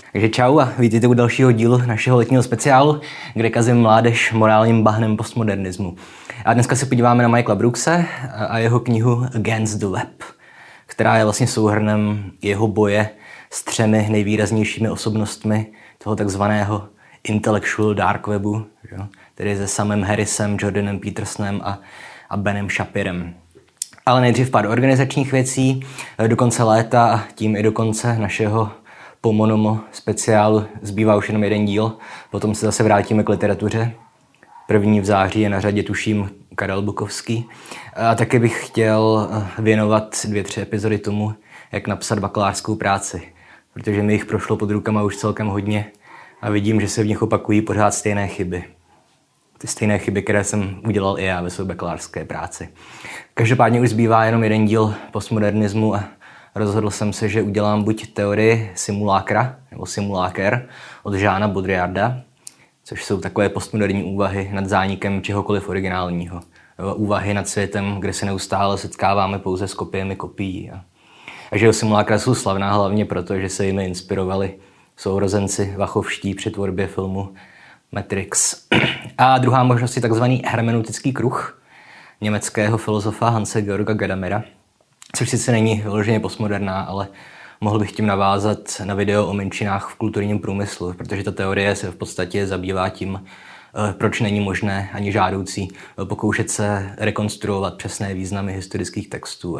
Takže čau a vítejte u dalšího dílu našeho letního speciálu, kde kazím mládež morálním bahnem postmodernismu. A dneska se podíváme na Michaela Brookse a jeho knihu Against the Web, která je vlastně souhrnem jeho boje s třemi nejvýraznějšími osobnostmi toho takzvaného intellectual dark webu, tedy se Samem Harrisem, Jordanem Petersonem a Benem Shapirem. Ale nejdřív pár organizačních věcí. Do konce léta a tím i do konce našeho Pomonomo speciálu zbývá už jenom jeden díl, potom se zase vrátíme k literatuře. První v září je na řadě, tuším, Karel Bukovský. A taky bych chtěl věnovat 2-3 epizody tomu, jak napsat bakalářskou práci, protože mi jich prošlo pod rukama už celkem hodně a vidím, že se v nich opakují pořád stejné chyby. Ty stejné chyby, které jsem udělal i já ve své bakalářské práci. Každopádně už zbývá jenom jeden díl postmodernismu a rozhodl jsem se, že udělám buď teorii simulákra, nebo simuláker od Jeana Baudrillarda, což jsou takové postmoderní úvahy nad zánikem čehokoliv originálního. Úvahy nad světem, kde se neustále setkáváme pouze s kopiemi kopií. A že simulákra jsou slavná hlavně proto, že se jimi inspirovali sourozenci Wachowští při tvorbě filmu Matrix. A druhá možnost je takzvaný hermeneutický kruh německého filozofa Hanse Georga Gadamera, což sice není vyloženě postmoderná, ale mohl bych tím navázat na video o menšinách v kulturním průmyslu, protože ta teorie se v podstatě zabývá tím, proč není možné ani žádoucí pokoušet se rekonstruovat přesné významy historických textů.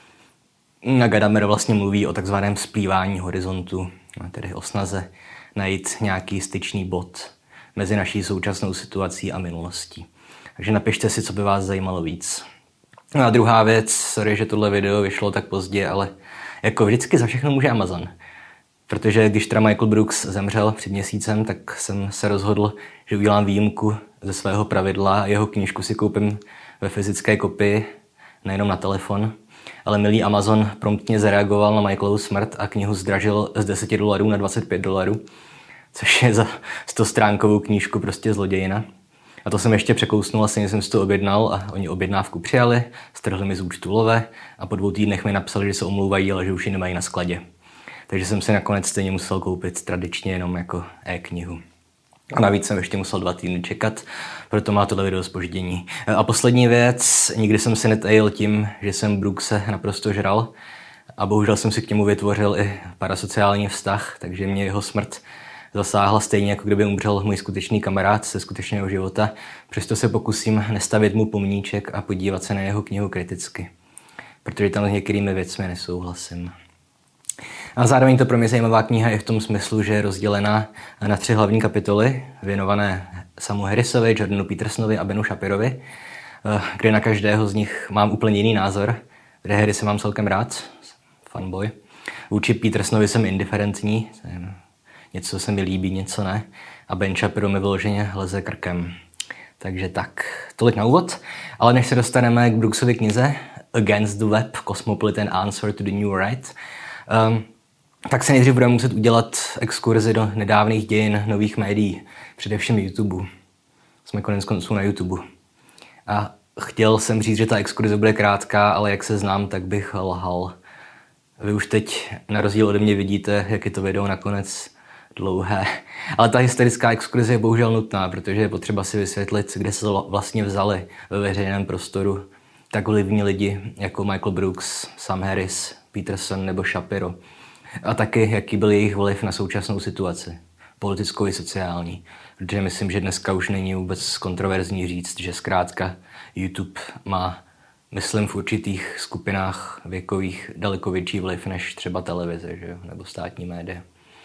A Gadamer vlastně mluví o takzvaném splývání horizontu, tedy o snaze najít nějaký styčný bod mezi naší současnou situací a minulostí. Takže napište si, co by vás zajímalo víc. No a druhá věc, sorry, že tohle video vyšlo tak pozdě, ale jako vždycky za všechno může Amazon. Protože když teda Michael Brooks zemřel před měsícem, tak jsem se rozhodl, že udělám výjimku ze svého pravidla a jeho knížku si koupím ve fyzické kopii, nejenom na telefon. Ale milý Amazon promptně zareagoval na Michaelovu smrt a knihu zdražil z $10 na $25, což je za 100stránkovou knížku prostě zlodějina. A to jsem ještě překousnul, asi jsem si to objednal a oni objednávku přijali, strhli mi z účtu love a po 2 týdnech mi napsali, že se omlouvají, ale že už ji nemají na skladě. Takže jsem si nakonec stejně musel koupit tradičně jenom jako e-knihu. A navíc jsem ještě musel 2 týdny čekat, proto má tohle video zpoždění. A poslední věc, nikdy jsem si netajil tím, že jsem Brookse naprosto žral a bohužel jsem si k němu vytvořil i parasociální vztah, takže mě jeho smrt zasáhla stejně, jako kdyby umřel můj skutečný kamarád ze skutečného života. Přesto se pokusím nestavit mu pomníček a podívat se na jeho knihu kriticky, protože tam s některými věcmi nesouhlasím. A zároveň to pro mě zajímavá kniha je v tom smyslu, že je rozdělená na 3 hlavní kapitoly, věnované Samu Harrisovi, Jordanu Petersonovi a Benu Shapirovi, kde na každého z nich mám úplně jiný názor. Kde Harrise mám celkem rád, fanboy. Vůči Petersonovi jsem indiferentní, něco se mi líbí, něco ne. A Ben Shapiro mi vyloženě leze krkem. Takže tak, tolik na úvod. Ale než se dostaneme k Brooksově knize Against the Web, Cosmopolitan Answer to the New Right, tak se nejdřív budeme muset udělat exkurzi do nedávných dějin nových médií, především YouTube. Jsme konec konců na YouTube. A chtěl jsem říct, že ta exkurze bude krátká, ale jak se znám, tak bych lhal. Vy už teď na rozdíl ode mě vidíte, jak je to video nakonec dlouhé. Ale ta historická exkurze je bohužel nutná, protože je potřeba si vysvětlit, kde se vlastně vzali ve veřejném prostoru tak vlivní lidi jako Michael Brooks, Sam Harris, Peterson nebo Shapiro. A taky, jaký byl jejich vliv na současnou situaci, politickou i sociální. Protože myslím, že dneska už není vůbec kontroverzní říct, že zkrátka YouTube má, myslím, v určitých skupinách věkových daleko větší vliv než třeba televize, že jo? Nebo státní média.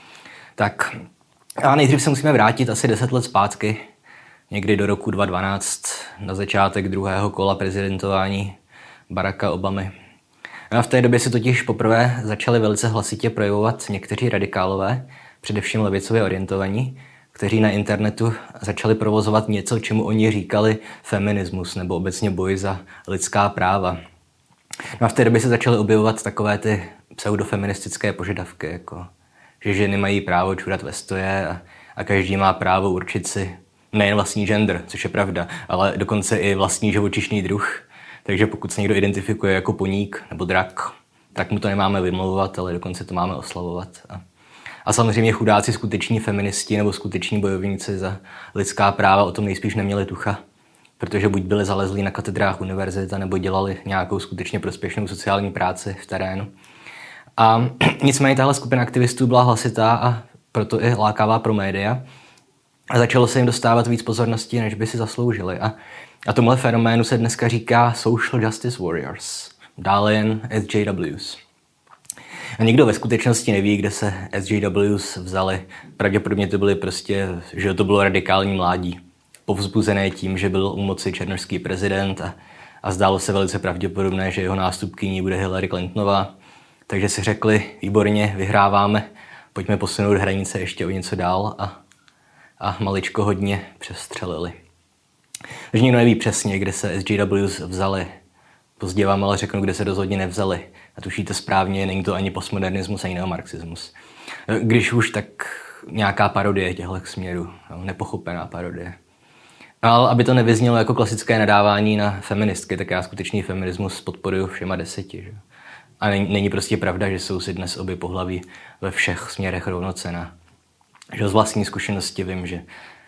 Tak a nejdřív se musíme vrátit asi 10 let zpátky, někdy do roku 2012, na začátek druhého kola prezidentování Baracka Obamy. A v té době se totiž poprvé začali velice hlasitě projevovat někteří radikálové, především levicově orientovaní, kteří na internetu začali provozovat něco, čemu oni říkali feminismus nebo obecně boj za lidská práva. No a v té době se začaly objevovat takové ty pseudofeministické požadavky, jako že ženy mají právo čurat ve stoje a každý má právo určit si nejen vlastní gender, což je pravda, ale dokonce i vlastní živočišný druh. Takže pokud se někdo identifikuje jako poník nebo drak, tak mu to nemáme vymlouvat, ale dokonce to máme oslavovat. A samozřejmě chudáci skuteční feministi nebo skuteční bojovníci za lidská práva o tom nejspíš neměli tucha, protože buď byli zalezlí na katedrách univerzit, nebo dělali nějakou skutečně prospěšnou sociální práci v terénu. A nicméně tahle skupina aktivistů byla hlasitá a proto i lákavá pro média. A začalo se jim dostávat víc pozornosti, než by si zasloužili. A tomhle fenoménu se dneska říká Social Justice Warriors, dále jen SJWs. A nikdo ve skutečnosti neví, kde se SJWs vzali. Pravděpodobně to byly že to bylo radikální mládí, povzbuzené tím, že byl u moci černošský prezident a zdálo se velice pravděpodobné, že jeho nástupkyní bude Hillary Clintonová. Takže si řekli, výborně, vyhráváme, pojďme posunout hranice ještě o něco dál a maličko hodně přestřelili. Takže nikdo neví přesně, kde se SJWs vzali. Později vám ale řeknu, kde se rozhodně nevzali. A tušíte správně, není to ani postmodernismus, ani neomarxismus. Když už, tak nějaká parodie těchto směrů, nepochopená parodie. Ale aby to nevyznělo jako klasické nadávání na feministky, tak já skutečný feminismus podporuji všema 10. Že? A není prostě pravda, že jsou si dnes obě pohlaví ve všech směrech rovnocenná. Že z vlastní zkušenosti vím, že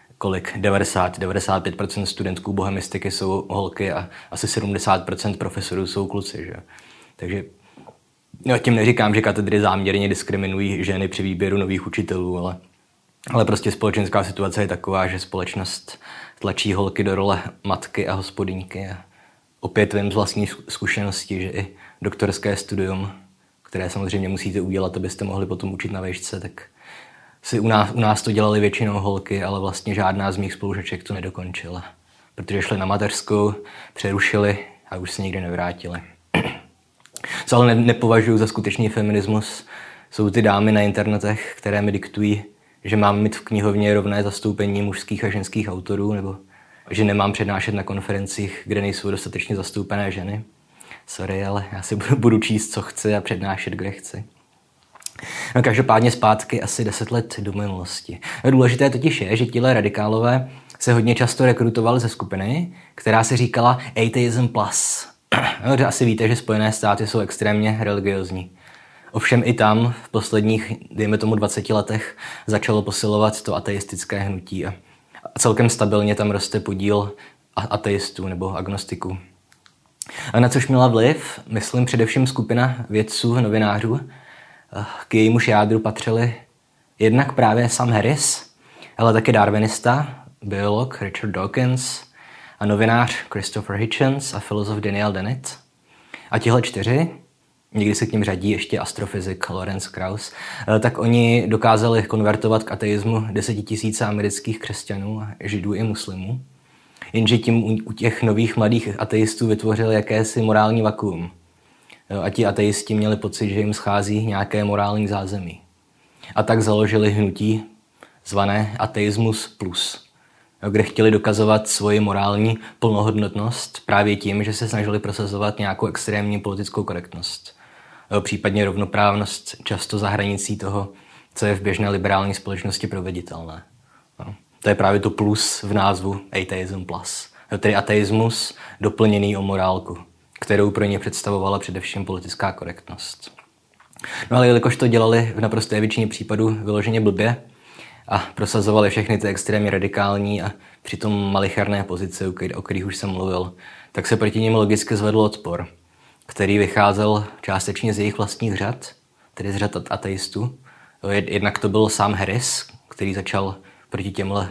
95% studentů bohemistiky jsou holky a asi 70% profesorů jsou kluci. Že? Takže tím neříkám, že katedry záměrně diskriminují ženy při výběru nových učitelů, ale prostě společenská situace je taková, že společnost tlačí holky do role matky a hospodyňky. A opět vím z vlastní zkušenosti, že i doktorské studium, které samozřejmě musíte udělat, abyste mohli potom učit na vejšce, tak si u nás to dělali většinou holky, ale vlastně žádná z mých spolužaček to nedokončila. Protože šli na mateřskou, přerušili a už se nikdy nevrátili. Co ale nepovažuji za skutečný feminismus, jsou ty dámy na internetech, které mi diktují, že mám mít v knihovně rovné zastoupení mužských a ženských autorů, nebo že nemám přednášet na konferencích, kde nejsou dostatečně zastoupené ženy. Sorry, ale já si budu číst, co chci a přednášet, kde chci. No, každopádně zpátky asi 10 let do minulosti. Důležité totiž je, že tihle radikálové se hodně často rekrutovali ze skupiny, která se říkala Atheism Plus. No, asi víte, že Spojené státy jsou extrémně religiozní. Ovšem i tam v posledních, dejme tomu 20 letech, začalo posilovat to ateistické hnutí a celkem stabilně tam roste podíl ateistů nebo agnostiků. A na což měla vliv, myslím především skupina vědců, novinářů. K jejímuž jádru patřili jednak právě Sam Harris, ale taky darwinista, biolog Richard Dawkins a novinář Christopher Hitchens a filozof Daniel Dennett. A tihle 4, někdy se k ním řadí ještě astrofyzik Lawrence Krauss, tak oni dokázali konvertovat k ateismu 10 000 amerických křesťanů, židů i muslimů. Jenže tím u těch nových mladých ateistů vytvořili jakési morální vakuum. A ti ateisti měli pocit, že jim schází nějaké morální zázemí. A tak založili hnutí zvané Ateismus Plus, kde chtěli dokazovat svoji morální plnohodnotnost právě tím, že se snažili prosazovat nějakou extrémní politickou korektnost. Případně rovnoprávnost často za hranicí toho, co je v běžné liberální společnosti proveditelné. To je právě to plus v názvu Atheism Plus. Tedy ateismus doplněný o morálku, kterou pro ně představovala především politická korektnost. No ale jelikož to dělali v naprosté většině případů vyloženě blbě a prosazovali všechny ty extrémně radikální a přitom malicherné pozice, o kterých už jsem mluvil, tak se proti nim logicky zvedl odpor, který vycházel částečně z jejich vlastních řad, tedy z řad ateistů. Jednak to byl Sam Harris, který začal proti těmhle,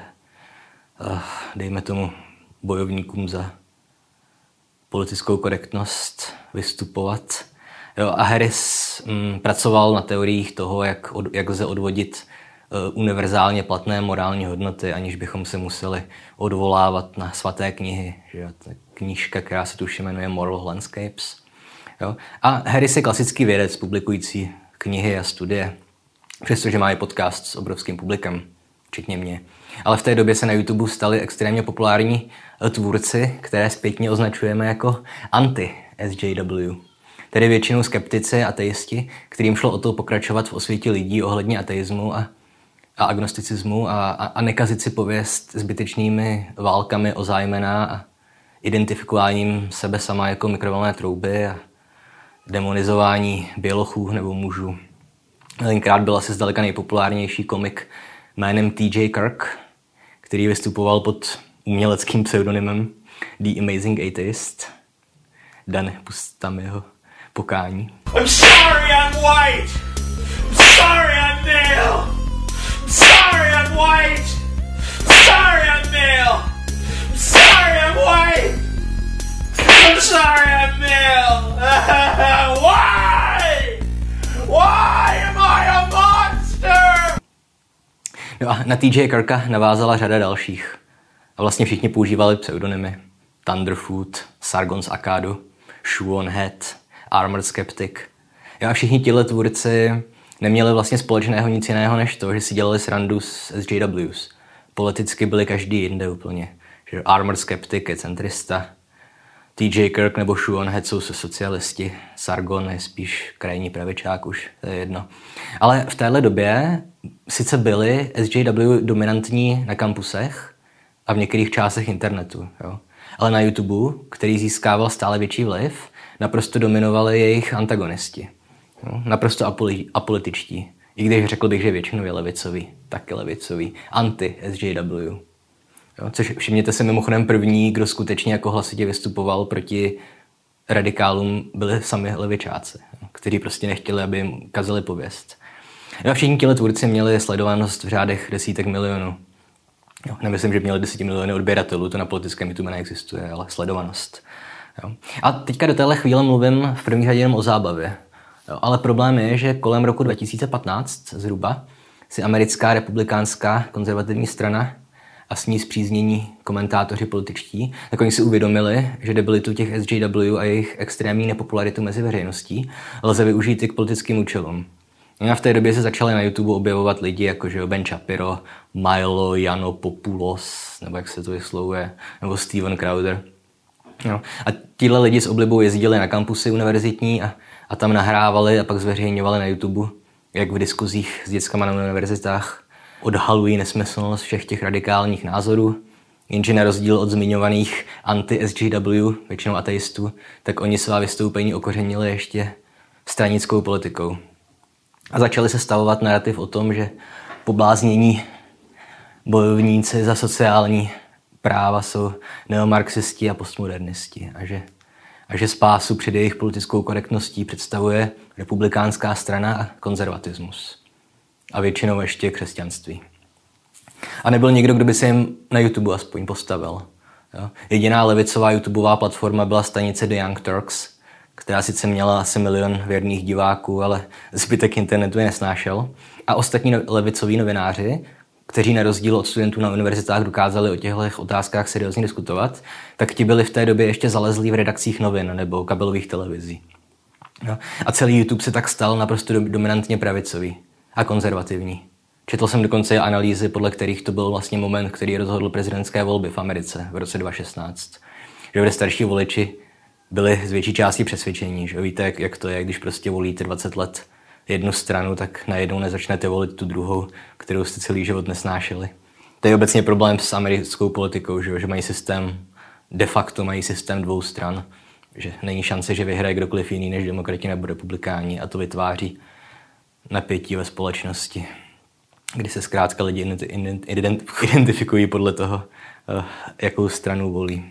dejme tomu, bojovníkům za politickou korektnost vystupovat. A Harris pracoval na teoriích toho, jak lze odvodit univerzálně platné morální hodnoty, aniž bychom se museli odvolávat na svaté knihy. Že? Ta knížka, která se tuším jmenuje Moral Landscapes. Jo? A Harris je klasický vědec, publikující knihy a studie, přestože má i podcast s obrovským publikem, včetně mě. Ale v té době se na YouTube stali extrémně populární tvůrci, které zpětně označujeme jako anti-SJW. Tedy většinou skeptici, ateisti, kterým šlo o to pokračovat v osvětě lidí ohledně ateismu a agnosticismu a nekazit si pověst zbytečnými válkami o zájmená a identifikováním sebe sama jako mikrovlnné trouby a demonizování bělochů nebo mužů. Tenkrát byl asi zdaleka nejpopulárnější komik jménem T.J. Kirk, který vystupoval pod uměleckým pseudonymem The Amazing Atheist. Dan, pust tam jeho pokání. I'm sorry I'm white! I'm sorry I'm male! I'm sorry I'm white! I'm sorry I'm male! I'm sorry I'm white! I'm sorry I'm male! Why? Why am I a monster? No a na T.J. Kirka navázala řada dalších. A vlastně všichni používali pseudonymy. Thunderfoot, Sargon z Akkadu, Shoe on Head, Armored Skeptic. A všichni tihle tvůrci neměli vlastně společného nic jiného než to, že si dělali srandu z SJWs. Politicky byli každý jinde úplně. Že Armored Skeptic je centrista, T.J. Kirk nebo Shoe on Head jsou socialisti, Sargon je spíš krajní pravičák už, to je jedno. Ale v téhle době sice byly SJW dominantní na kampusech a v některých částech internetu, jo. Ale na YouTube, který získával stále větší vliv, naprosto dominovali jejich antagonisti. Jo. Naprosto apolitičtí. I když řekl bych, že většinou je levicový, taky levicový, anti-SJW. Jo, což všimněte se mimochodem první, kdo skutečně jako hlasitě vystupoval proti radikálům, byli sami levičáci, jo, kteří prostě nechtěli, aby jim kazili pověst. Jo, všichni těle tvůrci měli sledovanost v řádech desítek milionů. Jo, nemyslím, že měli 10 milionů odběratelů, to na politickém YouTube neexistuje, ale sledovanost. Jo. A teďka do téhle chvíle mluvím v první řadě jenom o zábavě. Jo, ale problém je, že kolem roku 2015 zhruba si americká republikánská konzervativní strana a s ní spříznění komentátoři političtí, tak oni si uvědomili, že debilitu těch SJW a jejich extrémní nepopularitu mezi veřejností lze využít i k politickým účelům. A v té době se začaly na YouTube objevovat lidi jako že Ben Shapiro, Milo Yiannopoulos, nebo jak se to vyslovuje, nebo Steven Crowder. No. A tíhle lidi s oblibou jezdili na kampusy univerzitní a tam nahrávali a pak zveřejňovali na YouTube, jak v diskuzích s dětskama na univerzitách odhalují nesmyslnost všech těch radikálních názorů, jenže na rozdíl od zmiňovaných anti-SJW, většinou ateistů, tak oni svá vystoupení okořenili ještě stranickou politikou. A začali se stavovat narrativ o tom, že pobláznění bojovníci za sociální práva jsou neomarxisti a postmodernisti a že spásu před jejich politickou korektností představuje republikánská strana a konzervatismus. A většinou ještě křesťanství. A nebyl někdo, kdo by se jim na YouTube aspoň postavil. Jo? Jediná levicová YouTubeová platforma byla stanice The Young Turks, která sice měla asi 1 milion věrných diváků, ale zbytek internetu je nesnášel. A ostatní levicoví novináři, kteří na rozdíl od studentů na univerzitách dokázali o těchto otázkách seriózně diskutovat, tak ti byli v té době ještě zalezlí v redakcích novin nebo kabelových televizí. Jo? A celý YouTube se tak stal naprosto dominantně pravicový a konzervativní. Četl jsem dokonce analýzy, podle kterých to byl vlastně moment, který rozhodl prezidentské volby v Americe v roce 2016. Že starší voliči byli z větší části přesvědčení, že víte, jak to je, když prostě volíte 20 let jednu stranu, tak najednou nezačnete volit tu druhou, kterou jste celý život nesnášeli. To je obecně problém s americkou politikou, že mají systém, de facto mají systém 2 stran, že není šance, že vyhraje kdokoliv jiný než demokrati nebo republikáni a to vytváří napětí ve společnosti, kdy se zkrátka lidi identifikují podle toho, jakou stranu volí.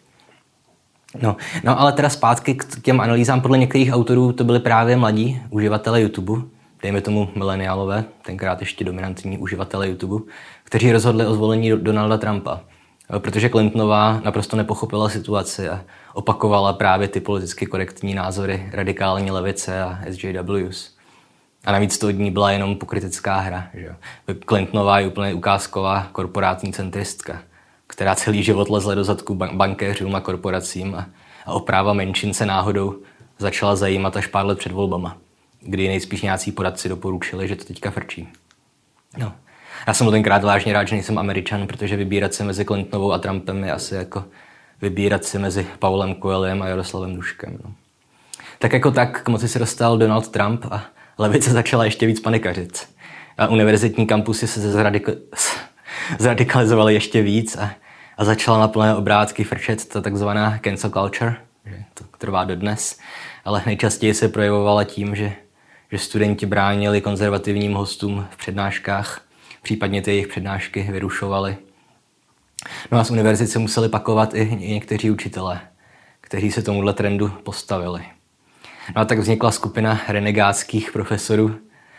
No ale teda zpátky k těm analýzám. Podle některých autorů to byli právě mladí uživatelé YouTube, dejme tomu mileniálové, tenkrát ještě dominantní uživatelé YouTube, kteří rozhodli o zvolení Donalda Trumpa. Protože Clintonová naprosto nepochopila situaci a opakovala právě ty politicky korektní názory radikální levice a SJWs. A navíc to od ní byla jenom pokrytecká hra. Že? Clintonová je úplně ukázková korporátní centristka, která celý život lezla do zadku bankéřům a korporacím a o práva menšin se náhodou začala zajímat až pár let před volbama, kdy nejspíš nějací poradci doporučili, že to teďka frčí. No. Já jsem tenkrát vážně rád, že nejsem Američan, protože vybírat se mezi Clintonovou a Trumpem je asi jako vybírat se mezi Paulem Coelhem a Jaroslavem Duškem. No. Tak jako tak k moci se dostal Donald Trump a levice začala ještě víc panikařit. A univerzitní kampusy se zradikalizovaly ještě víc a začala na plné obrátky frčet ta takzvaná cancel culture, že to trvá dodnes, ale nejčastěji se projevovala tím, že že studenti bránili konzervativním hostům v přednáškách, případně ty jejich přednášky vyrušovali. No a z univerzit se museli pakovat i někteří učitelé, kteří se tomuhle trendu postavili. No a tak vznikla skupina renegátských profesorů,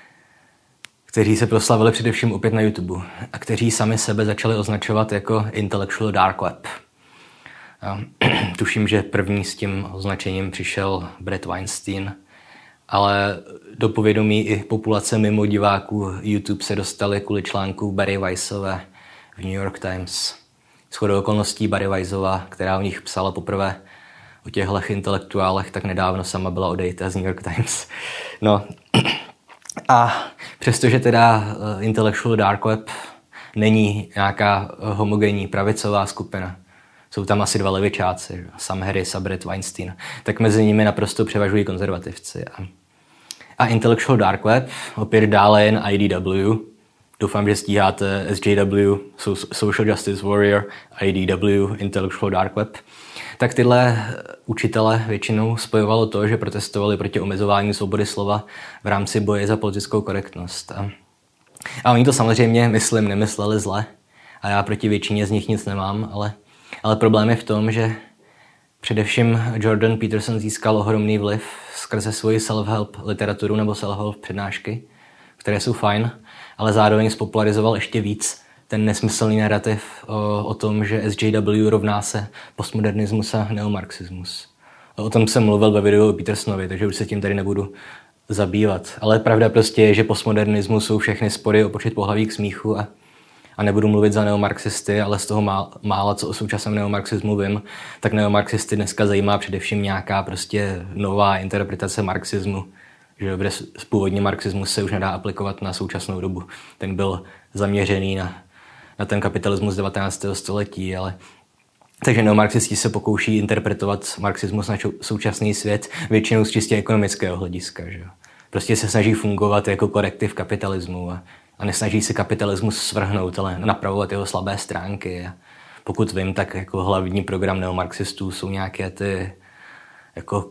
kteří se proslavili především opět na YouTube a kteří sami sebe začali označovat jako intellectual dark web. Tuším, že první s tím označením přišel Bret Weinstein, ale do povědomí i populace mimo diváků YouTube se dostali kvůli článku Bari Weissové v New York Times. Shodou okolností Bari Weissová, která o nich psala poprvé o těchto intelektuálech, tak nedávno sama byla odejita z New York Times. No a přestože teda intellectual dark web není nějaká homogenní pravicová skupina, jsou tam asi 2 levičáci, Sam Harris a Bret Weinstein, tak mezi nimi naprosto převažují konzervativci. A intellectual dark web, opět dále jen IDW, doufám, že stíháte SJW, Social Justice Warrior, IDW, intellectual dark web, tak tyhle učitele většinou spojovalo to, že protestovali proti omezování svobody slova v rámci boje za politickou korektnost. A oni to samozřejmě, myslím, nemysleli zle a já proti většině z nich nic nemám, ale problém je v tom, že především Jordan Peterson získal ohromný vliv skrze svoji self-help literaturu nebo self-help přednášky, které jsou fajn, ale zároveň spopularizoval ještě víc ten nesmyslný narrativ o tom, že SJW rovná se postmodernismus a neomarxismus. O tom jsem mluvil ve videu o Petersonovi, takže už se tím tady nebudu zabývat. Ale pravda prostě je, že postmodernismus jsou všechny spory o počet pohlaví k smíchu a nebudu mluvit za neomarxisty, ale z toho mála, co o současném neomarxismu vím, tak neomarxisty dneska zajímá především nějaká prostě nová interpretace marxismu. Že původní marxismus se už nedá aplikovat na současnou dobu. Ten byl zaměřený na ten kapitalismus 19. století, ale takže neomarxisti se pokouší interpretovat marxismus na současný svět většinou z čistě ekonomického hlediska. Že? Prostě se snaží fungovat jako korektiv kapitalismu a nesnaží se kapitalismus svrhnout, ale napravovat jeho slabé stránky. A pokud vím, tak jako hlavní program neomarxistů jsou nějaké ty jako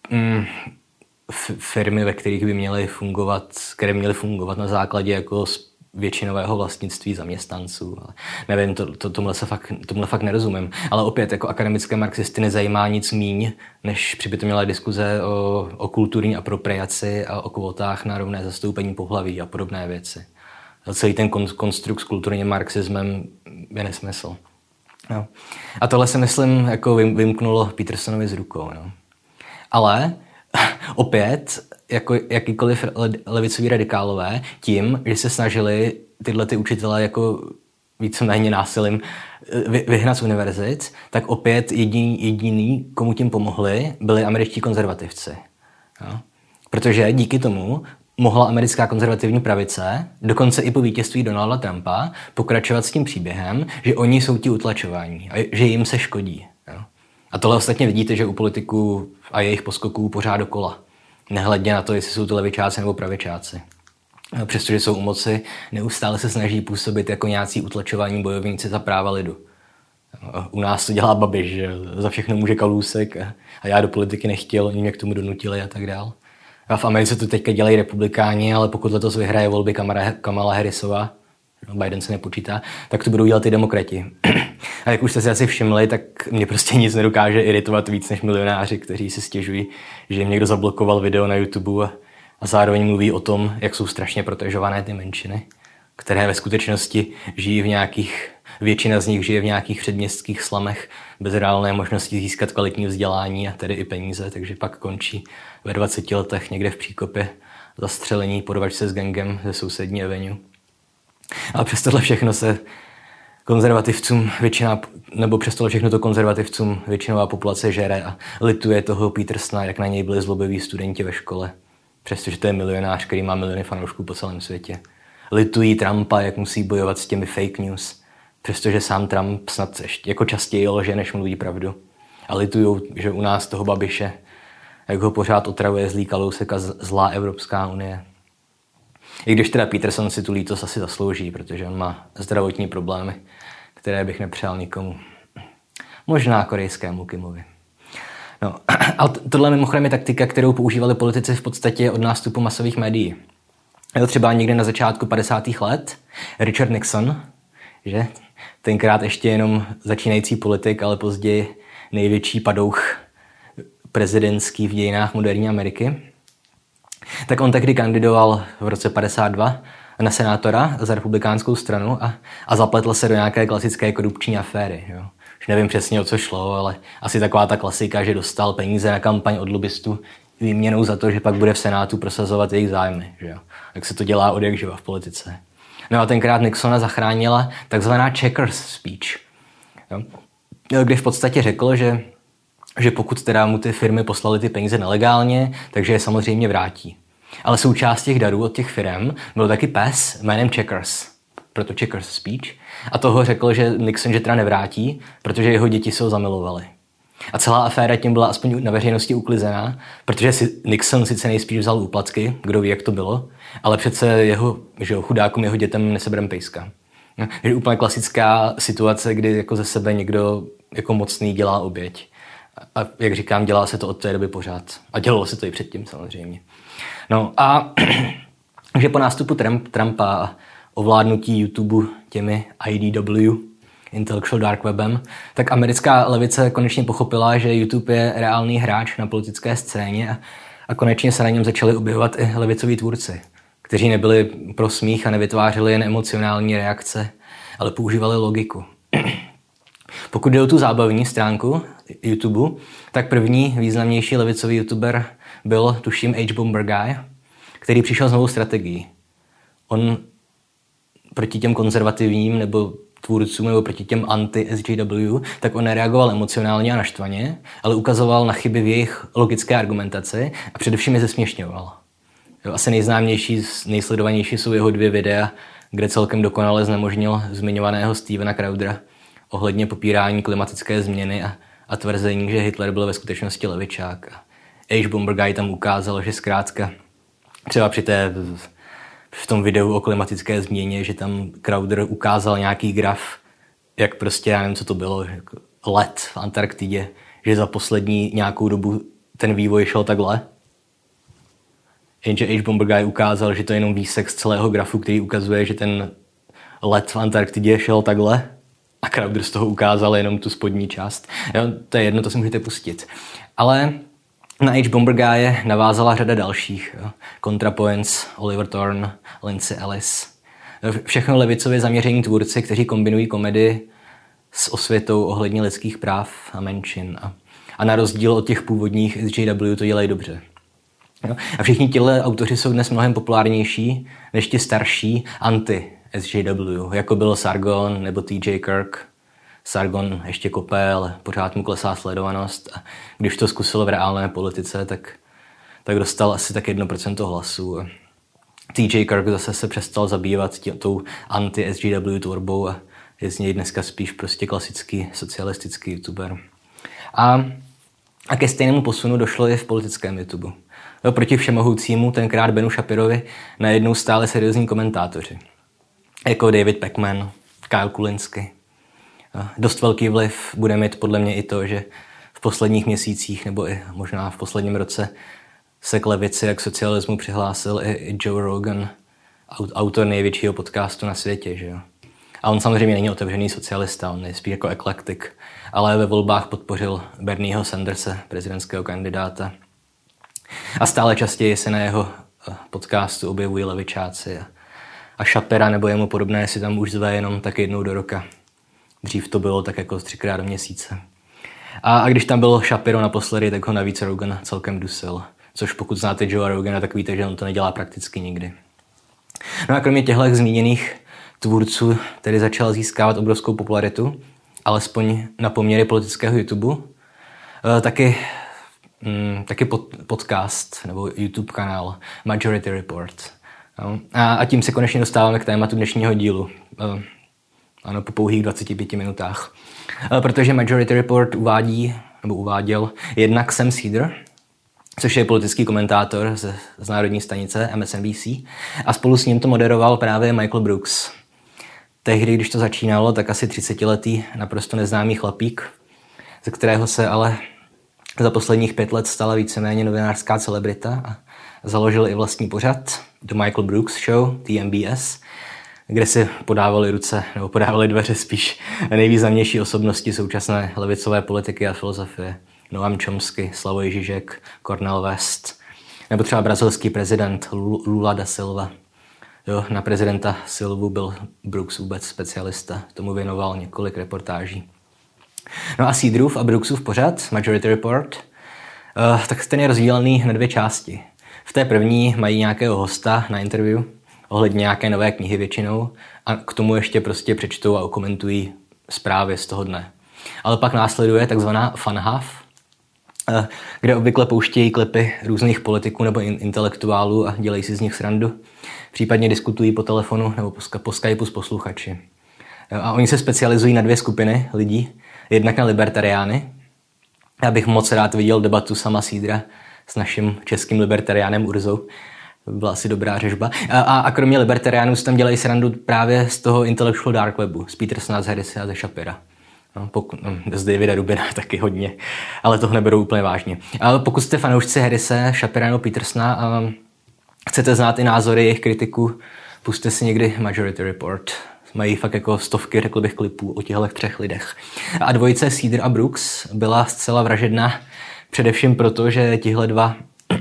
firmy, ve kterých by které měly fungovat na základě jako většinového vlastnictví zaměstnanců. Ale nevím, tomuhle fakt nerozumím. Ale opět, jako akademické marxisty nezajímá nic míň, než přibytomělá diskuze o kulturní apropriaci a o kvótách na rovné zastoupení pohlaví a podobné věci. Celý ten konstrukt s kulturním marxismem je nesmysl. No. A tohle se myslím jako vymknulo Petersonovi z rukou. No. Ale opět, jako jakýkoliv levicoví radikálové, tím, že se snažili tyhle ty učitele jako víceméně násilím vyhnat z univerzit, tak opět jediný, komu tím pomohli, byli američtí konzervativci. Jo? Protože díky tomu mohla americká konzervativní pravice, dokonce i po vítězství Donalda Trumpa, pokračovat s tím příběhem, že oni jsou ti utlačování a že jim se škodí. Jo? A tohle ostatně vidíte, že u politiků a jejich poskoků pořád dokola. Nehledně na to, jestli jsou to levičáci nebo pravičáci. Přestože jsou u moci, neustále se snaží působit jako nějací utlačování bojovníci za práva lidu. U nás to dělá Babiš, že za všechno může Kalousek a já do politiky nechtěl, oni mě k tomu donutili a tak dál. A v Americe to teďka dělají republikáni, ale pokud letos vyhraje volby Kamala Harrisová, Biden se nepočítá, tak to budou dělat i demokrati. A jak už jste si asi všimli, tak mě prostě nic nedokáže iritovat víc než milionáři, kteří si stěžují, že jim někdo zablokoval video na YouTube a zároveň mluví o tom, jak jsou strašně protežované ty menšiny, které ve skutečnosti žijí většina z nich žije v nějakých předměstských slamech bez reálné možnosti získat kvalitní vzdělání a tedy i peníze, takže pak končí ve 20 letech někde v Příkopě zastřelení po rvačce s gangem ze sousední avenue. Ale přes tohle všechno se konzervativcům většinová populace žere a lituje toho Petersona, jak na něj byli zlobiví studenti ve škole. Přestože to je milionář, který má miliony fanoušků po celém světě. Litují Trumpa, jak musí bojovat s těmi fake news, přestože sám Trump snad jako častěji lže, než mluví pravdu. A litujou, že u nás toho Babiše, jak ho pořád otravuje zlý Kalousek a zlá Evropská unie. I když teda Peterson si tu lítost asi zaslouží, protože on má zdravotní problémy, které bych nepřál nikomu. Možná korejskému Kimovi. No, a tohle mimochodem je taktika, kterou používali politici v podstatě od nástupu masových médií. Třeba někde na začátku 50. let Richard Nixon, že? Tenkrát ještě jenom začínající politik, ale později největší padouch prezidentský v dějinách moderní Ameriky. Tak on tehdy kandidoval v roce 52 na senátora za republikánskou stranu a zapletl se do nějaké klasické korupční aféry. Jo. Už nevím přesně, o co šlo, ale asi taková ta klasika, že dostal peníze na kampaň od lobbystů výměnou za to, že pak bude v senátu prosazovat jejich zájmy. Že jo. Tak se to dělá odjakživa v politice. No a tenkrát Nixona zachránila takzvaná checkers speech, jo. Kdy v podstatě řekl, že pokud teda mu ty firmy poslaly ty peníze nelegálně, takže je samozřejmě vrátí. Ale součást těch darů od těch firm byl taky pes jménem Checkers, proto Checkers speech. A toho řekl, že Nixon že teda nevrátí, protože jeho děti se ho zamilovaly. A celá aféra tím byla aspoň na veřejnosti uklizená, protože si Nixon sice nejspíš vzal úplatky, kdo ví, jak to bylo, ale přece chudákům, jeho dětem neseberem pejska. Je úplně klasická situace, kdy jako ze sebe někdo jako mocný dělá oběť. A jak říkám, dělá se to od té doby pořád. A dělalo se to i předtím samozřejmě. No a že po nástupu Trumpa a ovládnutí YouTube těmi IDW, Intellectual Dark Webem, tak americká levice konečně pochopila, že YouTube je reálný hráč na politické scéně a konečně se na něm začali objevovat i levicoví tvůrci, kteří nebyli pro smích a nevytvářeli jen emocionální reakce, ale používali logiku. Pokud jde o tu zábavní stránku YouTube, tak první významnější levicový YouTuber byl, tuším, H-Bomber-Guy, který přišel s novou strategií. On proti těm konzervativním nebo tvůrcům nebo proti těm anti-SJW, tak on nereagoval emocionálně a naštvaně, ale ukazoval na chyby v jejich logické argumentaci a především je zesměšňoval. Asi nejznámější, nejsledovanější jsou jeho 2 videa, kde celkem dokonale znemožnil zmiňovaného Stevena Crowdera ohledně popírání klimatické změny a tvrzení, že Hitler byl ve skutečnosti levičák. H-Bomber-Guy tam ukázal, že zkrátka třeba v tom videu o klimatické změně, že tam Crowder ukázal nějaký graf, jak prostě, já nevím, co to bylo, led v Antarktidě, že za poslední nějakou dobu ten vývoj šel takhle. Jenže H-Bomber-Guy ukázal, že to je jenom výsek z celého grafu, který ukazuje, že ten led v Antarktidě šel takhle. A Crowder z toho ukázal jenom tu spodní část. Jo, to je jedno, to si můžete pustit. Ale na H-Bomber-Guye navázala řada dalších. Jo. ContraPoints, Oliver Thorne, Lindsay Ellis. Všechno levicově zaměření tvůrci, kteří kombinují komedii s osvětou ohledně lidských práv a menšin. A na rozdíl od těch původních SJW to dělají dobře. Jo. A všichni tihle autoři jsou dnes mnohem populárnější než ti starší anti-SJW, jako byl Sargon nebo T.J. Kirk. Sargon ještě kope, ale pořád mu klesá sledovanost. A když to zkusil v reálné politice, tak dostal asi tak 1% hlasů. T.J. Kirk zase se přestal zabývat tou anti-SJW tvorbou a je z něj dneska spíš prostě klasický socialistický youtuber. A ke stejnému posunu došlo i v politickém YouTube. Proti všemohoucímu tenkrát Benu Shapirovi najednou stáli seriózní komentátoři. Jako David Pakman, Kyle Kulinski. Dost velký vliv bude mít podle mě i to, že v posledních měsících nebo i možná v posledním roce se k levici a k socialismu přihlásil i Joe Rogan, autor největšího podcastu na světě. Že jo? A on samozřejmě není otevřený socialista, on je spíš jako eklektik, ale ve volbách podpořil Bernieho Sanderse, prezidentského kandidáta. A stále častěji se na jeho podcastu objevují levičáci a Shapira nebo jemu podobné si tam už zve jenom tak 1 do roka. Dřív to bylo tak jako 3krát do měsíce. A když tam byl Shapiro naposledy, tak ho navíc Rogan celkem dusil. Což pokud znáte Joe Rogana, tak víte, že on to nedělá prakticky nikdy. No a kromě těchto zmíněných tvůrců tedy začal získávat obrovskou popularitu, alespoň na poměry politického YouTube, taky podcast nebo YouTube kanál Majority Report. No. A tím se konečně dostáváme k tématu dnešního dílu. Ano, po pouhých 25 minutách. Protože Majority Report uváděl jednak Sam Seder, což je politický komentátor z národní stanice MSNBC, a spolu s ním to moderoval právě Michael Brooks. Tehdy, když to začínalo, tak asi 30letý naprosto neznámý chlapík, ze kterého se ale Za posledních 5 let stala víceméně novinářská celebrita a založil i vlastní pořad The Michael Brooks Show, TMBS, kde si podávali dveře spíš nejvýznamnější osobnosti současné levicové politiky a filozofie. Noam Chomsky, Slavoj Žižek, Cornel West, nebo třeba brazilský prezident Lula da Silva. Jo, na prezidenta Silvu byl Brooks vůbec specialista, tomu věnoval několik reportáží. No a Seedorův a Brooksův pořad, Majority Report, tak ten je rozdílený na 2 části. V té první mají nějakého hosta na interview, ohledně nějaké nové knihy většinou, a k tomu ještě prostě přečtou a okomentují zprávy z toho dne. Ale pak následuje takzvaná fun half, kde obvykle pouštějí klipy různých politiků nebo intelektuálů a dělají si z nich srandu. Případně diskutují po telefonu nebo po Skypeu s posluchači. A oni se specializují na 2 skupiny lidí. Jednak na libertariány. Já bych moc rád viděl debatu sama Seedora s naším českým libertariánem Urzou. To by byla asi dobrá řežba. A kromě libertariánů se tam dělají srandu právě z toho intellectual dark webu, z Petersona, z Harrise a ze Shapira. Z Davida Rubina taky hodně, ale toho neberou úplně vážně. Ale pokud jste fanoušci Harrise, Shapira nebo Petersona a chcete znát i názory jejich kritiků, pusťte si někdy Majority Report. Mají fakt jako stovky, řekl bych, klipů o těchto 3 lidech. A dvojice Seedor a Brooks byla zcela vražedná, především proto, že tihle 2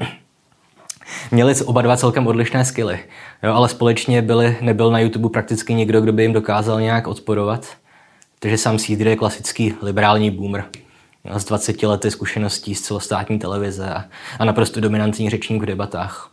měli oba 2 celkem odlišné skilly. Jo, ale společně nebyl na YouTube prakticky nikdo, kdo by jim dokázal nějak odporovat. Takže sám Seedor je klasický liberální boomer. S 20 lety zkušeností z celostátní televize a naprosto dominantní řečník v debatách.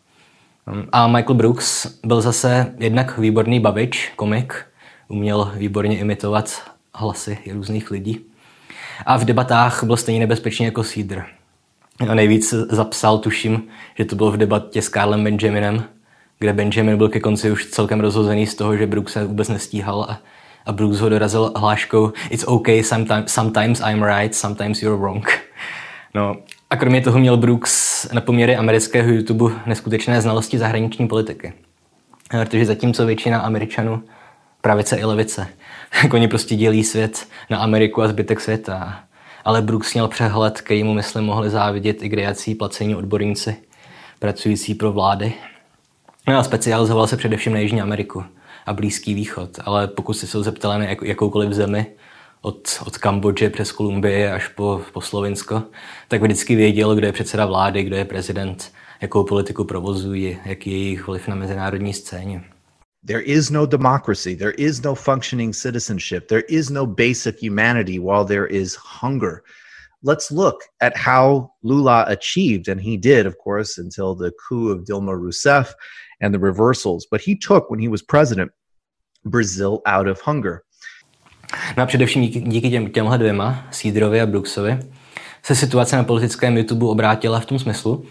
A Michael Brooks byl zase jednak výborný bavič, komik, uměl výborně imitovat hlasy různých lidí. A v debatách byl stejně nebezpečný jako Seedor. A nejvíc zapsal, tuším, že to bylo v debatě s Carlem Benjaminem, kde Benjamin byl ke konci už celkem rozhozený z toho, že Brooks se vůbec nestíhal a Brooks ho dorazil hláškou It's okay, sometimes I'm right, sometimes you're wrong. No, a kromě toho měl Brooks na poměry amerického YouTube neskutečné znalosti zahraniční politiky. Protože zatímco většina Američanů, pravice i levice, tak oni prostě dělí svět na Ameriku a zbytek světa. Ale Brooks měl přehled, který mu, myslím, mohli závidět i kdejací placení odborníci pracující pro vlády. No a specializoval se především na Jižní Ameriku a Blízký východ, ale pokud jste se ho zeptali na jakoukoliv zemi, od Kambodže přes Kolumbii až po Slovinsko, tak vždycky věděl, kdo je předseda vlády, kdo je prezident, jakou politiku provozují, jaký je jejich vliv na mezinárodní scéně. There is no democracy, there is no functioning citizenship, there is no basic humanity while there is hunger. Let's look at how Lula achieved, and he did, of course, until the coup of Dilma Rousseff and the reversals, but he took, when he was president, Brazil out of hunger. No a především díky těmhle 2, Seedorovi a Brooksovi, se situace na politickém YouTube obrátila v tom smyslu,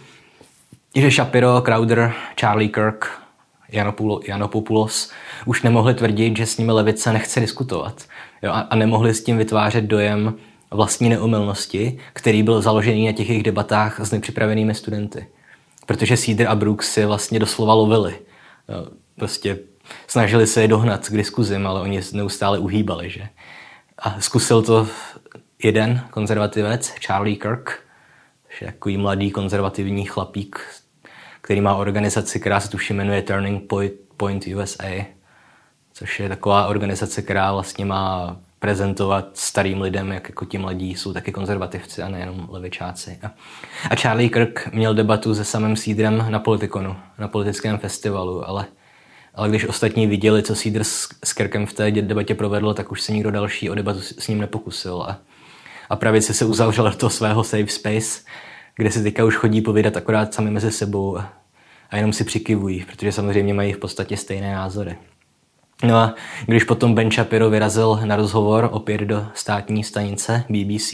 že Shapiro, Crowder, Charlie Kirk, Yiannopoulos už nemohli tvrdit, že s nimi levice nechce diskutovat. Jo, a nemohli s tím vytvářet dojem vlastní neomylnosti, který byl založený na těch jejich debatách s nepřipravenými studenty. Protože Seedor a Brooks si vlastně doslova lovili. Jo, prostě snažili se je dohnat k diskuzím, ale oni neustále uhýbali, že? A zkusil to jeden konzervativec, Charlie Kirk, takový mladý konzervativní chlapík, který má organizaci, která se tuším jmenuje Turning Point USA, což je taková organizace, která vlastně má prezentovat starým lidem, jak jako ti mladí jsou taky konzervativci a nejenom levičáci. A Charlie Kirk měl debatu se samým Seedorem na Politikonu, na politickém festivalu, ale když ostatní viděli, co Seedor s Kirkem v té debatě provedl, tak už se nikdo další o debatu s ním nepokusil. A pravice se uzavřela do toho svého safe space, kde se teďka už chodí povídat akorát sami mezi sebou a jenom si přikivují, protože samozřejmě mají v podstatě stejné názory. No a když potom Ben Shapiro vyrazil na rozhovor opět do státní stanice BBC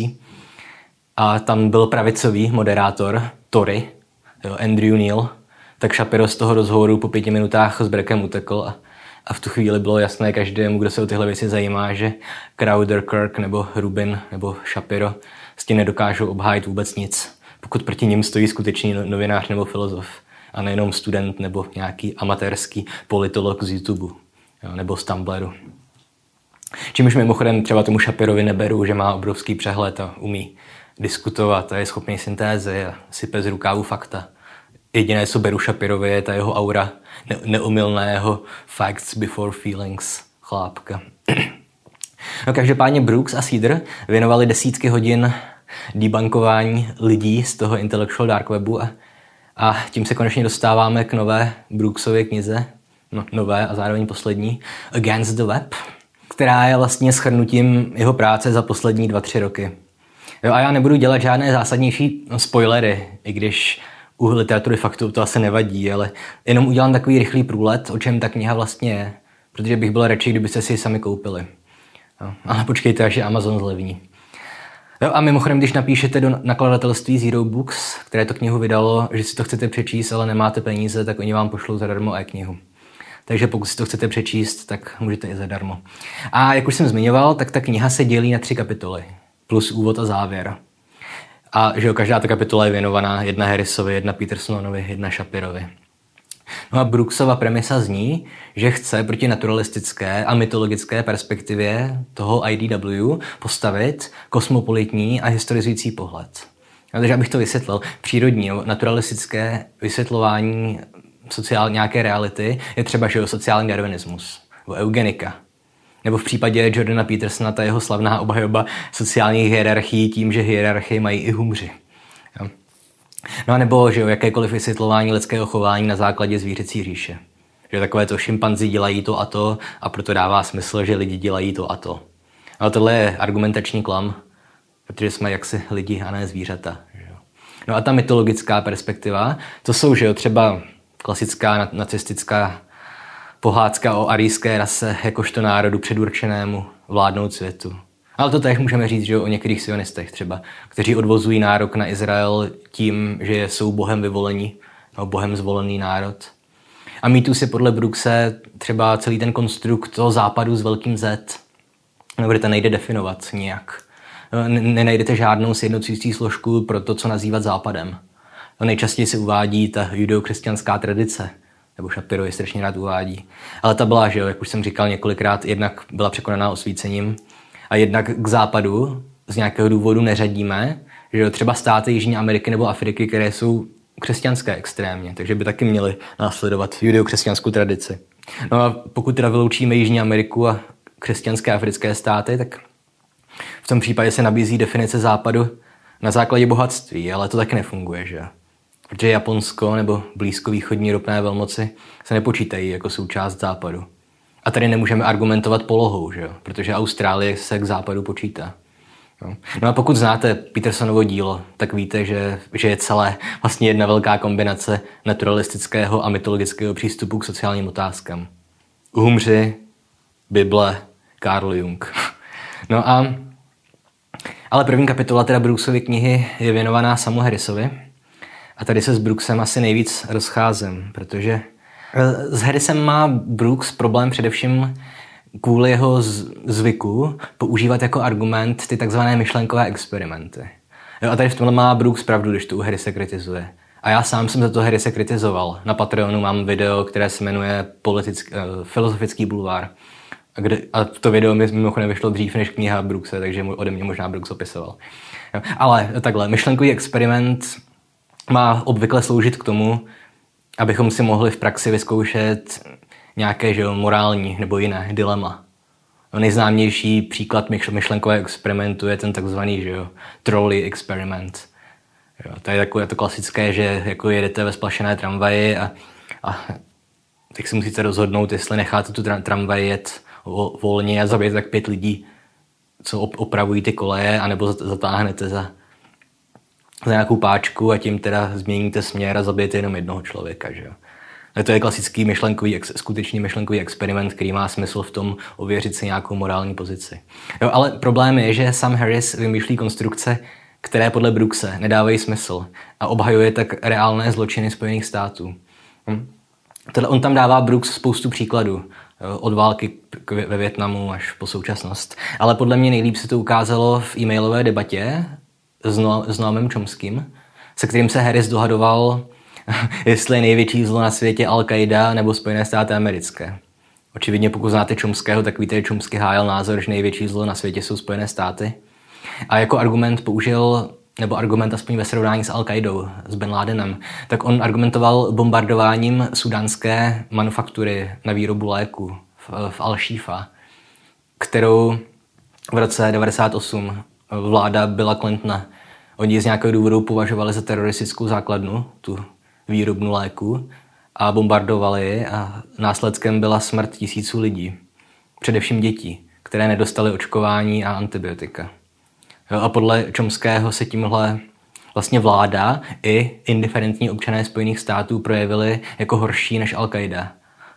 a tam byl pravicový moderátor Tory, Andrew Neil, tak Shapiro z toho rozhovoru po 5 minutách s brekem utekl a v tu chvíli bylo jasné každému, kdo se o tyhle věci zajímá, že Crowder, Kirk nebo Rubin nebo Shapiro s tím nedokážou obhájit vůbec nic, pokud proti nim stojí skutečný novinář nebo filozof a nejenom student nebo nějaký amatérský politolog z YouTube nebo z Tumblru. Čímž mimochodem třeba tomu Shapirovi neberu, že má obrovský přehled a umí diskutovat a je schopný syntézy a sype z rukávu fakta. Jediné, co beru Shapirovi, je ta jeho aura neomylného facts before feelings chlápka. No, každopádně Brooks a Cedar věnovali desítky hodin debunkování lidí z toho intellectual dark webu a tím se konečně dostáváme k nové Brooksově knize, nové a zároveň poslední, Against the Web, která je vlastně shrnutím jeho práce za poslední 2-3 roky. Jo, a já nebudu dělat žádné zásadnější spoilery, i když u literatury faktu to asi nevadí, ale jenom udělám takový rychlý průlet, o čem ta kniha vlastně je, protože bych byl radši, kdybyste si ji sami koupili. Jo, ale počkejte, až je Amazon zlevní. Jo, a mimochodem, když napíšete do nakladatelství Zero Books, které to knihu vydalo, že si to chcete přečíst, ale nemáte peníze, tak oni vám pošlou zadarmo e-knihu. Takže pokud si to chcete přečíst, tak můžete i zadarmo. A jak už jsem zmiňoval, tak ta kniha se dělí na 3 kapitoly, plus úvod a závěr. A že jo, každá ta kapitola je věnovaná jedna Harrisovi, jedna Petersonovi, jedna Shapirovi. No a Brooksova premisa zní, že chce proti naturalistické a mytologické perspektivě toho IDW postavit kosmopolitní a historizující pohled. Takže abych to vysvětlil, přírodní naturalistické vysvětlování nějaké reality je třeba že sociální darwinismus, nebo eugenika. Nebo v případě Jordana Petersona ta jeho slavná obhajoba sociálních hierarchií tím, že hierarchii mají i humři. Jo. No a nebo že jakékoliv vysvětlování lidského chování na základě zvířecí říše. Že takové to šimpanzi dělají to a proto dává smysl, že lidi dělají to a to. Ale tohle je argumentační klam, protože jsme jaksi lidi a ne zvířata. Že jo. No a ta mytologická perspektiva, to jsou že jo, třeba klasická nacistická pohádka o arijské rase jakožto národu předurčenému vládnout světu. Ale to též můžeme říct, že o některých sionistech třeba, kteří odvozují nárok na Izrael tím, že jsou Bohem vyvolení, no, Bohem zvolený národ. A mýtus je podle Brookse třeba celý ten konstrukt toho západu s velkým Z, kde to nejde definovat nijak. Nenajdete žádnou sjednocující složku pro to, co nazývat západem. Nejčastěji se uvádí ta judeo-křesťanská tradice, nebo Shapiro je strašně rád uvádí. Ale ta byla, že jo, jak už jsem říkal několikrát, jednak byla překonaná osvícením a jednak k západu z nějakého důvodu neřadíme, že jo, třeba státy Jižní Ameriky nebo Afriky, které jsou křesťanské extrémně, takže by taky měly následovat judeo-křesťanskou tradici. No a pokud teda vyloučíme Jižní Ameriku a křesťanské africké státy, tak v tom případě se nabízí definice západu na základě bohatství, ale to taky nefunguje, že jo. Protože Japonsko nebo blízkovýchodní ropné velmoci se nepočítají jako součást západu. A tady nemůžeme argumentovat polohou, že jo? Protože Austrálie se k západu počítá. No a pokud znáte Petersonovo dílo, tak víte, že je celé vlastně jedna velká kombinace naturalistického a mytologického přístupu k sociálním otázkám. Humři, Bible, Carl Jung. No a ale první kapitola teda Brooksovy knihy je věnovaná Samu Harrisovi. A tady se s Brooksem asi nejvíc rozcházím, protože s Harrisem má Brooks problém především kvůli jeho zvyku používat jako argument ty takzvané myšlenkové experimenty. Jo, a tady v tomhle má Brooks pravdu, když to u Harrise kritizuje. A já sám jsem za to Harrise kritizoval. Na Patreonu mám video, které se jmenuje Filozofický bulvár. A to video mi mimochodem vyšlo dřív než kniha Brookse, takže ode mě možná Brooks opisoval. Jo, ale takhle, myšlenkový experiment má obvykle sloužit k tomu, abychom si mohli v praxi vyzkoušet nějaké že jo, morální nebo jiné dilema. Nejznámější příklad myšlenkového experimentu je ten takzvaný že jo, trolley experiment. Jo, to je takové to klasické, že jako jedete ve splašené tramvaji a tak si musíte rozhodnout, jestli necháte tu tramvaj jet volně a zabijete tak 5 lidí, co opravují ty koleje, anebo zatáhnete za nějakou páčku a tím teda změníte směr a zabijete jenom jednoho člověka. Že jo? A to je klasický skutečný myšlenkový experiment, který má smysl v tom ověřit si nějakou morální pozici. Jo, ale problém je, že Sam Harris vymýšlí konstrukce, které podle Brookse nedávají smysl a obhajuje tak reálné zločiny Spojených států. On tam dává Brooks spoustu příkladů, od války ve Vietnamu až po současnost. Ale podle mě nejlíp se to ukázalo v e-mailové debatě s Noamem Chomským, se kterým se Harris dohadoval, jestli je největší zlo na světě Al-Qaida nebo Spojené státy americké. Očividně pokud znáte Chomského, tak víte, že Chomsky hájil názor, že největší zlo na světě jsou Spojené státy. A jako argument použil nebo argument aspoň ve srovnání s Al-Qaidou, s Bin Ladenem, tak on argumentoval bombardováním sudánské manufaktury na výrobu léku v Al-Shifa, kterou v roce 1998 vláda Billa Clintona, oni z nějakého důvodu považovali za teroristickou základnu, tu výrobnu léku, a bombardovali a následkem byla smrt tisíců lidí, především dětí, které nedostaly očkování a antibiotika. A podle Chomského se tímhle vlastně vláda i indiferentní občané Spojených států projevili jako horší než Al-Qaida.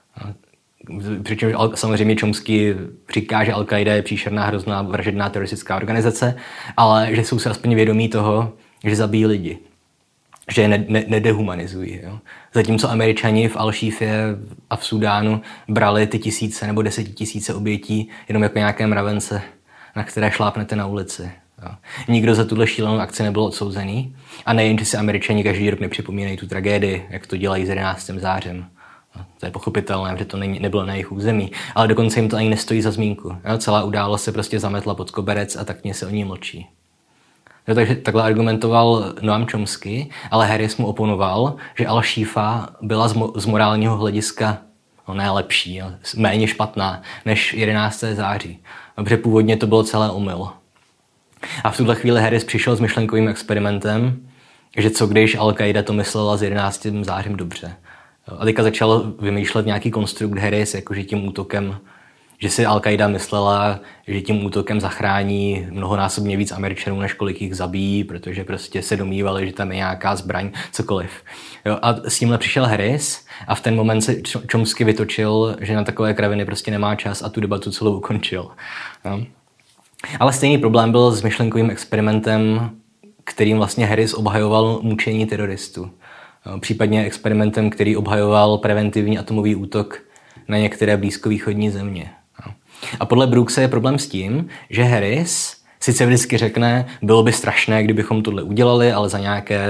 Přičemž samozřejmě Chomsky říká, že Al-Qaida je příšerná, hrozná, vražedná teroristická organizace, ale že jsou si aspoň vědomí toho, že zabíjí lidi, že je nedehumanizují. Jo? Zatímco Američani v Al-Shifě a v Súdánu brali ty tisíce nebo 10 000 obětí jenom jako nějaké mravence, na které šlápnete na ulici. Jo? Nikdo za tuhle šílenou akci nebyl odsouzený a nejen, že si Američani každý rok nepřipomínají tu tragédii, jak to dělají s 11. zářem. To je pochopitelné, že to nebylo na jejich území, ale dokonce jim to ani nestojí za zmínku. Jo? Celá událost se prostě zametla pod koberec a tak se o ní mlčí. Jo, takže takhle argumentoval Noam Chomsky, ale Harris mu oponoval, že Al-Shifa byla z morálního hlediska ne lepší, méně špatná než 11. září. Protože původně to bylo celé omyl. A v tuhle chvíli Harris přišel s myšlenkovým experimentem, že co když Al-Qaida to myslela s 11. zářím dobře. A teďka začal vymýšlet nějaký konstrukt Harris, jakože tím útokem, že si Al-Qaida myslela, že tím útokem zachrání mnohonásobně víc Američanů, než kolik jich zabíjí, protože prostě se domnívali, že tam je nějaká zbraň, cokoliv. Jo, a s tímhle přišel Harris a v ten moment se Chomsky vytočil, že na takové kraviny prostě nemá čas a tu debatu celou ukončil. Jo. Ale stejný problém byl s myšlenkovým experimentem, kterým vlastně Harris obhajoval mučení teroristů. Jo, případně experimentem, který obhajoval preventivní atomový útok na některé blízkovýchodní země. A podle Brookse je problém s tím, že Harris sice vždycky řekne, bylo by strašné, kdybychom tohle udělali, ale za nějaké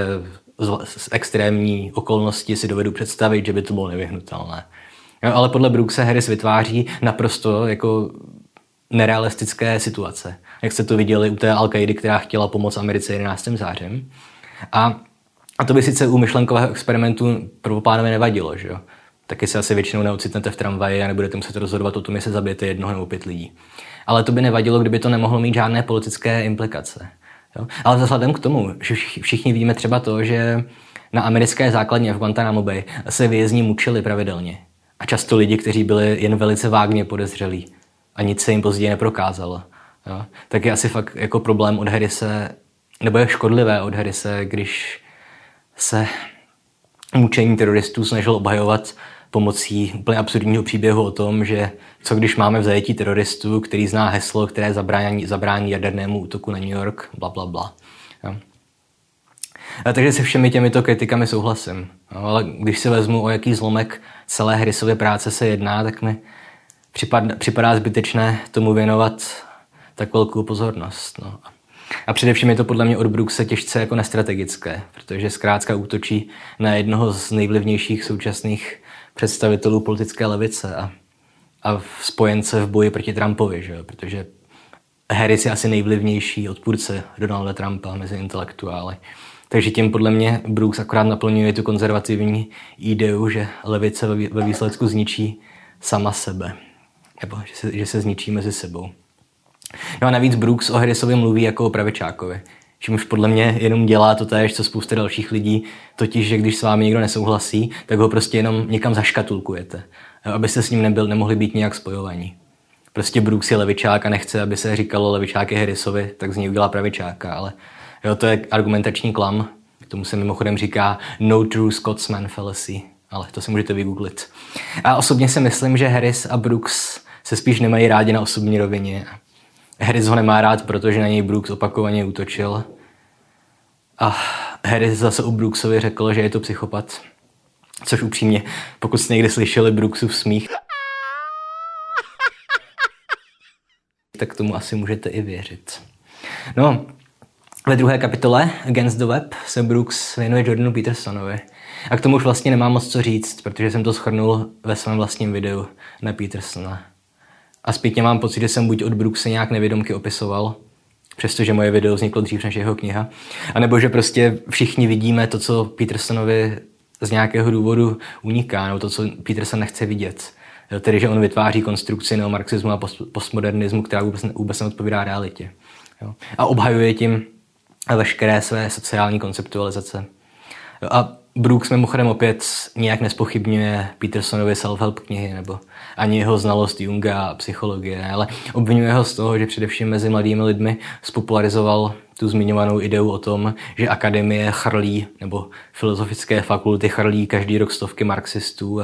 extrémní okolnosti si dovedu představit, že by to bylo nevyhnutelné. Jo, ale podle Brookse Harris vytváří naprosto jako nerealistické situace. Jak jste to viděli u té Al-Qaidy, která chtěla pomoct Americe 11. zářím. A to by sice u myšlenkového experimentu prvoplánově nevadilo, že jo? Taky se asi většinou neocitnete v tramvaji a nebudete muset rozhodovat o tom, jestli zabijete 1 nebo 5 lidí. Ale to by nevadilo, kdyby to nemohlo mít žádné politické implikace. Jo? Ale vzhledem k tomu, že všichni víme třeba to, že na americké základně v Guantanamo Bay se vězni mučili pravidelně. A často lidi, kteří byli jen velice vágně podezřelí a nic se jim později neprokázalo. Jo? Tak je asi fakt jako problém od Harrise, nebo je škodlivé od Harrise, když se mučení teroristů snažil obhajovat pomocí úplně absurdního příběhu o tom, že co když máme v zajetí teroristů, který zná heslo, které zabrání jadernému útoku na New York, bla, bla, bla. Ja. Takže se všemi těmito kritikami souhlasím. No, ale když si vezmu, o jaký zlomek celé Harrisovy práce se jedná, tak mi připadá zbytečné tomu věnovat tak velkou pozornost. No. A především je to podle mě od Brookse těžce jako nestrategické, protože zkrátka útočí na jednoho z nejvlivnějších současných představitelů politické levice a spojence v boji proti Trumpovi, že jo? Protože Harris je asi nejvlivnější odpůrce Donalda Trumpa mezi intelektuály. Takže tím podle mě Brooks akorát naplňuje tu konzervativní ideu, že levice ve výsledku zničí sama sebe. Nebo že se zničí mezi sebou. No a navíc Brooks o Harrisovi mluví jako o pravičákovi. Čímž podle mě jenom dělá to též, co spousta dalších lidí, totiž, že když s vámi někdo nesouhlasí, tak ho prostě jenom někam zaškatulkujete, abyste s ním nemohli být nějak spojovaní. Prostě Brooks je levičák a nechce, aby se říkalo levičáky Harrisovi, tak z něj udělá pravičáka, ale jo, to je argumentační klam. K tomu se mimochodem říká no true Scotsman fallacy, ale to si můžete vygooglit. A osobně si myslím, že Harris a Brooks se spíš nemají rádi na osobní rovině. Harris ho nemá rád, protože na něj Brooks opakovaně útočil. A Harris zase o Brooksovi řekl, že je to psychopat. Což upřímně, pokud jste někdy slyšeli Brooksův smích, tak tomu asi můžete i věřit. No, ve druhé kapitole Against the Web se Brooks věnuje Jordanu Petersonovi. A k tomu už vlastně nemám moc co říct, protože jsem to shrnul ve svém vlastním videu na Petersona. A zpětně mám pocit, že jsem buď od Brookse nějak nevědomky opisoval, přestože moje video vzniklo dřív než jeho kniha. A nebo že prostě všichni vidíme to, co Petersonovi z nějakého důvodu uniká, nebo to, co Peterson nechce vidět. Tedy, že on vytváří konstrukci neomarxismu a postmodernismu, která vůbec neodpovídá realitě. Jo. A obhajuje tím veškeré své sociální konceptualizace. Jo. A Brooks mimochodem opět nijak nespochybňuje Petersonovy self-help knihy nebo ani jeho znalost Junga a psychologie, ale obvinuje ho z toho, že především mezi mladými lidmi spopularizoval tu zmiňovanou ideu o tom, že akademie chrlí nebo filozofické fakulty chrlí každý rok stovky marxistů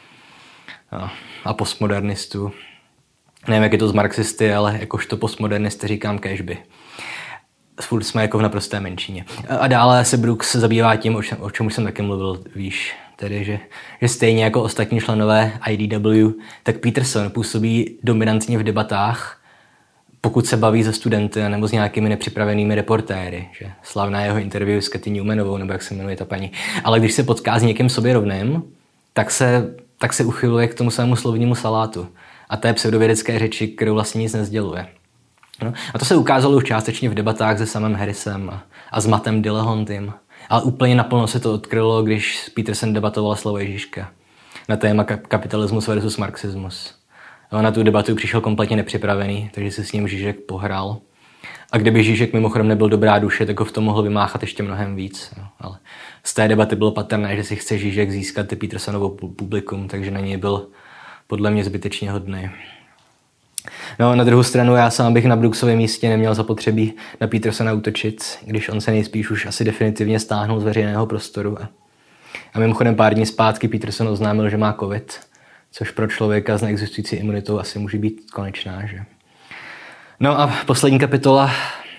a postmodernistů. Nevím, jak je to z marxisty, ale jakožto postmodernisty říkám kéžby. Furt jsme jako v naprosté menšině. A dále se Brooks zabývá tím, o čem už jsem taky mluvil výš. Tedy, že stejně jako ostatní členové IDW, tak Peterson působí dominantně v debatách, pokud se baví se studenty nebo s nějakými nepřipravenými reportéry. Že? Slavná jeho interview s Cathy Newmanovou, nebo jak se jmenuje ta paní. Ale když se potká s někým sobě rovným, tak se uchyluje k tomu svému slovnímu salátu a té pseudovědecké řeči, kterou vlastně nic nezděluje. No, a to se ukázalo už částečně v debatách se samým Harrisem a s Mattem Dillehontem. Ale úplně naplno se to odkrylo, když Peterson debatoval slovo Ježíška na téma kapitalismus versus marxismus. Na tu debatu přišel kompletně nepřipravený, takže si s ním Žižek pohrál. A kdyby Žižek mimochodem nebyl dobrá duše, tak ho v tom mohl vymáchat ještě mnohem víc. No, ale z té debaty bylo patrné, že si chce Žižek získat Petersonovo publikum, takže na něj byl podle mě zbytečně hodný. No, na druhou stranu já sám bych na Brooksovém místě neměl zapotřebí na Petersona útočit, když on se nejspíš už asi definitivně stáhnul z veřejného prostoru. A mimochodem pár dní zpátky Peterson oznámil, že má covid, což pro člověka s neexistující imunitou asi může být konečná, že? No a poslední kapitola.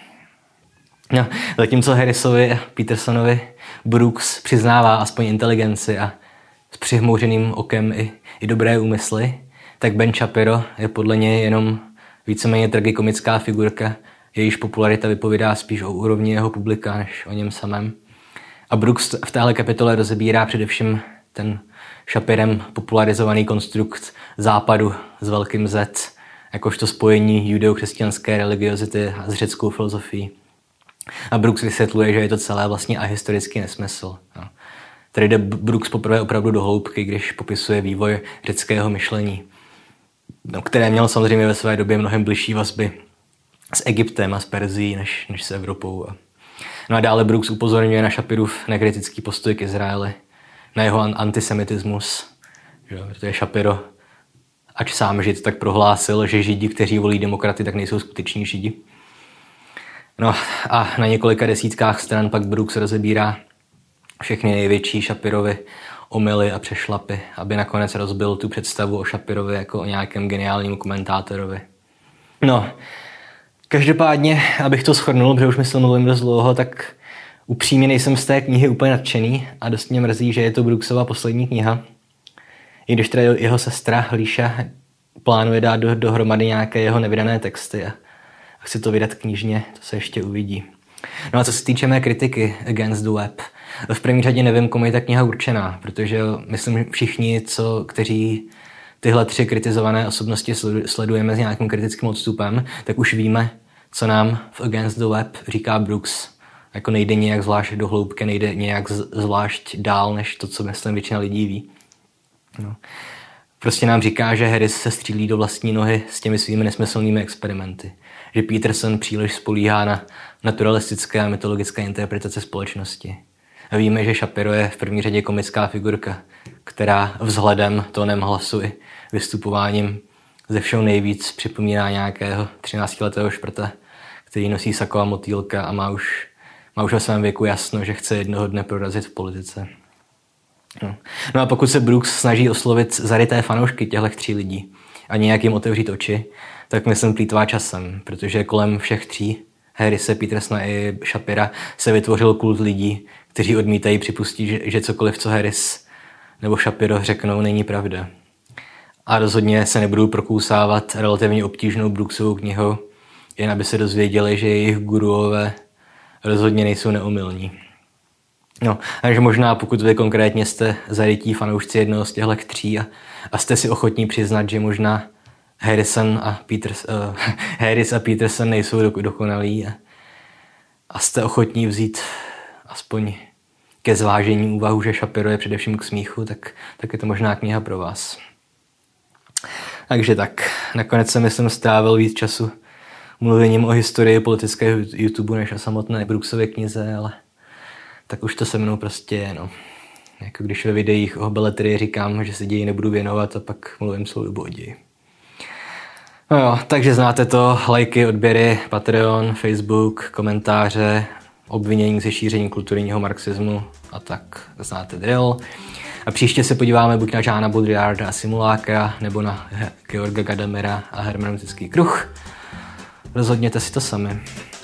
No, zatímco Harrisovi a Petersonovi Brooks přiznává aspoň inteligenci a s přihmouřeným okem i dobré úmysly, tak Ben Shapiro je podle něj jenom víceméně tragikomická figurka, jejíž popularita vypovídá spíš o úrovni jeho publika, než o něm samém. A Brooks v téhle kapitole rozebírá především ten Shapirem popularizovaný konstrukt západu s velkým Z, jakožto spojení judeokřesťanské religiozity s řeckou filozofií. A Brooks vysvětluje, že je to celé vlastně ahistorický nesmysl. Tady jde Brooks poprvé opravdu do hloubky, když popisuje vývoj řeckého myšlení, které mělo samozřejmě ve své době mnohem bližší vazby s Egyptem a s Perzií než s Evropou. No a dále Brooks upozorňuje na Shapirův nekritický postoj k Izraeli, na jeho antisemitismus, protože Shapiro, ač sám Žid, tak prohlásil, že Židi, kteří volí demokraty, tak nejsou skuteční Židi. No a na několika desítkách stran pak Brooks rozebírá všechny největší Shapirovy omyly a přešlapy, aby nakonec rozbil tu představu o Shapirovi jako o nějakém geniálním komentátorovi. No, každopádně, abych to shrnul, protože už myslím mluvím dost dlouho, tak upřímně nejsem z té knihy úplně nadšený a dost mě mrzí, že je to Brooksova poslední kniha. I když teda jeho sestra Líša plánuje dát dohromady nějaké jeho nevydané texty a chci to vydat knižně, to se ještě uvidí. No a co se týče mé kritiky Against the Web, v první řadě nevím, komu je ta kniha určená, protože myslím všichni, kteří tyhle 3 kritizované osobnosti sledujeme s nějakým kritickým odstupem, tak už víme, co nám v Against the Web říká Brooks. Jako nejde nějak zvlášť do hloubky, nejde nějak zvlášť dál, než to, co myslím většina lidí ví. No. Prostě nám říká, že Harris se střílí do vlastní nohy s těmi svými nesmyslnými experimenty. Že Peterson příliš spolíhá na naturalistické a mytologické interpretace společnosti. A víme, že Shapiro je v první řadě komická figurka, která vzhledem, tónem hlasu i vystupováním ze všeho nejvíc připomíná nějakého 13letého šprta, který nosí sako a motýlka a má už ve svém věku jasno, že chce jednoho dne prorazit v politice. No a pokud se Brooks snaží oslovit zaryté fanoušky těchto 3 lidí a nějak jim otevřít oči, tak myslím plýtvá časem, protože kolem všech 3, Harrise, Petersona i Shapira, se vytvořil kult lidí, kteří odmítají připustit, že cokoliv, co Harris nebo Shapiro řeknou, není pravda. A rozhodně se nebudou prokousávat relativně obtížnou Brooksovou knihou, jen aby se dozvěděli, že jejich guruové rozhodně nejsou neomylní. No, takže možná pokud vy konkrétně jste zarytí fanoušci jednoho z těchto 3 a jste si ochotní přiznat, že možná Harris a Peterson nejsou dokonalí a jste ochotní vzít aspoň ke zvážení úvahu, že Shapiro je především k smíchu, tak je to možná kniha pro vás. Takže tak, nakonec jsem, myslím, strávil víc času mluvením o historii politického YouTube než o samotné Brooksově knize, ale tak už to se mnou prostě je, no. Jako když ve videích o beletrii říkám, že se ději nebudu věnovat a pak mluvím celou dobu o ději. No jo, takže znáte to, lajky, odběry, Patreon, Facebook, komentáře, obvinění ze šíření kulturního marxismu a tak znáte drill. A příště se podíváme buď na Jeana Baudrillarda a Simuláka, nebo na Georga Gadamera a hermeneutický kruh. Rozhodněte si to sami.